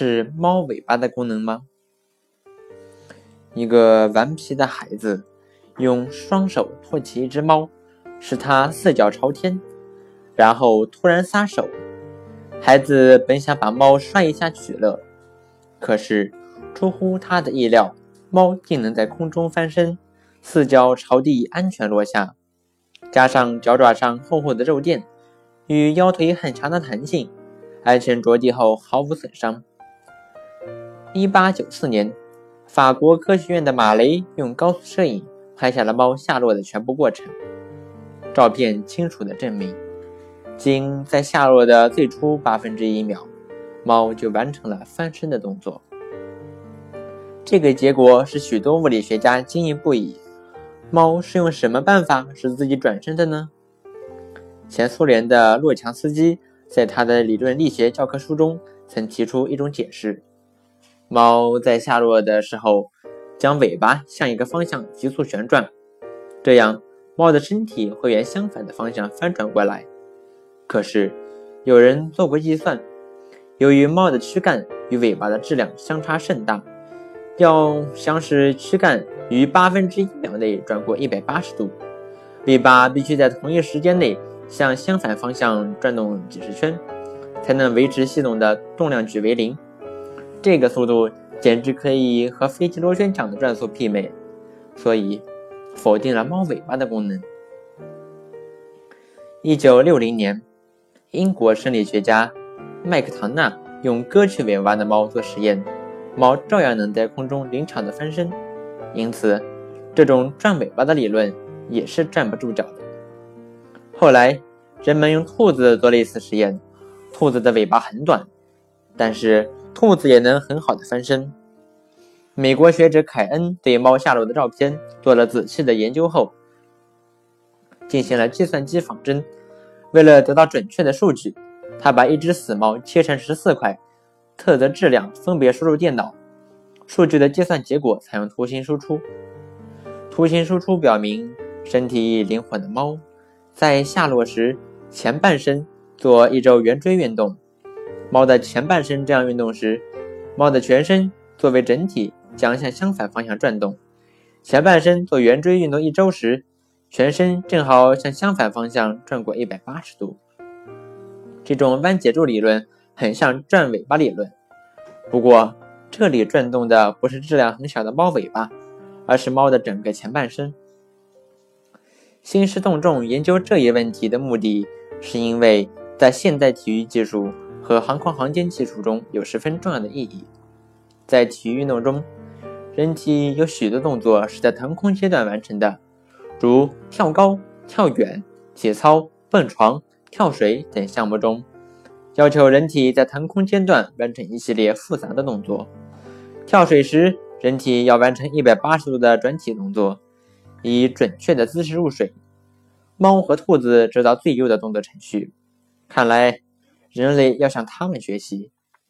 是猫尾巴的功能吗？一个顽皮的孩子用双手托起一只猫，使它四脚朝天，然后突然撒手。孩子本想把猫摔一下取乐，可是出乎他的意料，猫竟能在空中翻身，四脚朝地安全落下，加上脚爪上厚厚的肉垫与腰腿很强的弹性，安全着地后毫无损伤。1894年，法国科学院的马雷用高速摄影拍下了猫下落的全部过程。照片清楚地证明，仅在下落的最初1%秒，猫就完成了翻身的动作。这个结果使许多物理学家惊异不已。猫是用什么办法使自己转身的呢？前苏联的洛强斯基在他的理论力学教科书中曾提出一种解释：猫在下落的时候将尾巴向一个方向急速旋转，这样猫的身体会沿相反的方向翻转过来。可是有人做过计算，由于猫的躯干与尾巴的质量相差甚大，要想使躯干于1/8秒内转过180度，尾巴必须在同一时间内向相反方向转动几十圈，才能维持系统的动量矩为0。这个速度简直可以和飞机螺旋桨的转速媲美，所以否定了猫尾巴的功能。1960年，英国生理学家麦克唐纳用割去尾巴的猫做实验，猫照样能在空中灵巧地翻身，因此这种转尾巴的理论也是站不住脚的。后来人们用兔子做类似实验，兔子的尾巴很短，但是兔子也能很好的翻身。美国学者凯恩对猫下落的照片做了仔细的研究后，进行了计算机仿真。为了得到准确的数据，他把一只死猫切成14块，特则质量分别输入电脑，数据的计算结果采用图形输出。图形输出表明，身体灵活的猫在下落时前半身做一周圆锥运动，猫的前半身这样运动时，猫的全身作为整体将向相反方向转动。前半身做圆锥运动1周时，全身正好向相反方向转过180度。这种弯节柱理论很像转尾巴理论，不过这里转动的不是质量很小的猫尾巴，而是猫的整个前半身。兴师动众研究这一问题的目的，是因为在现代体育技术和航空航天技术中有十分重要的意义。在体育运动中，人体有许多动作是在腾空阶段完成的，如跳高、跳远、体操、蹦床、跳水等项目中，要求人体在腾空阶段完成一系列复杂的动作。跳水时，人体要完成180度的转体动作，以准确的姿势入水。猫和兔子知道最优的动作程序，看来人类要向它们学习。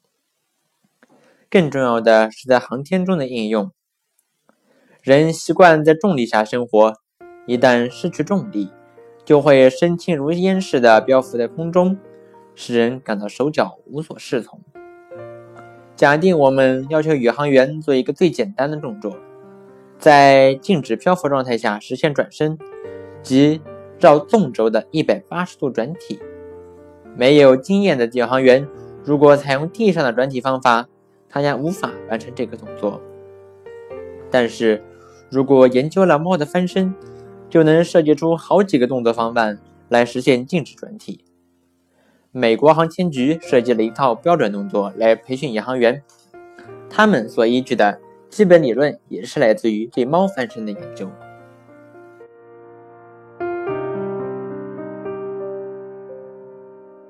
更重要的是在航天中的应用。人习惯在重力下生活，一旦失去重力，就会身轻如烟似的漂浮在空中，使人感到手脚无所适从。假定我们要求宇航员做一个最简单的动作，在静止漂浮状态下实现转身，即绕纵轴的180度转体。没有经验的宇航员如果采用地上的转体方法，他将无法完成这个动作。但是如果研究了猫的翻身，就能设计出好几个动作方案来实现静止转体。美国航天局设计了一套标准动作来培训宇航员，他们所依据的基本理论也是来自于对猫翻身的研究。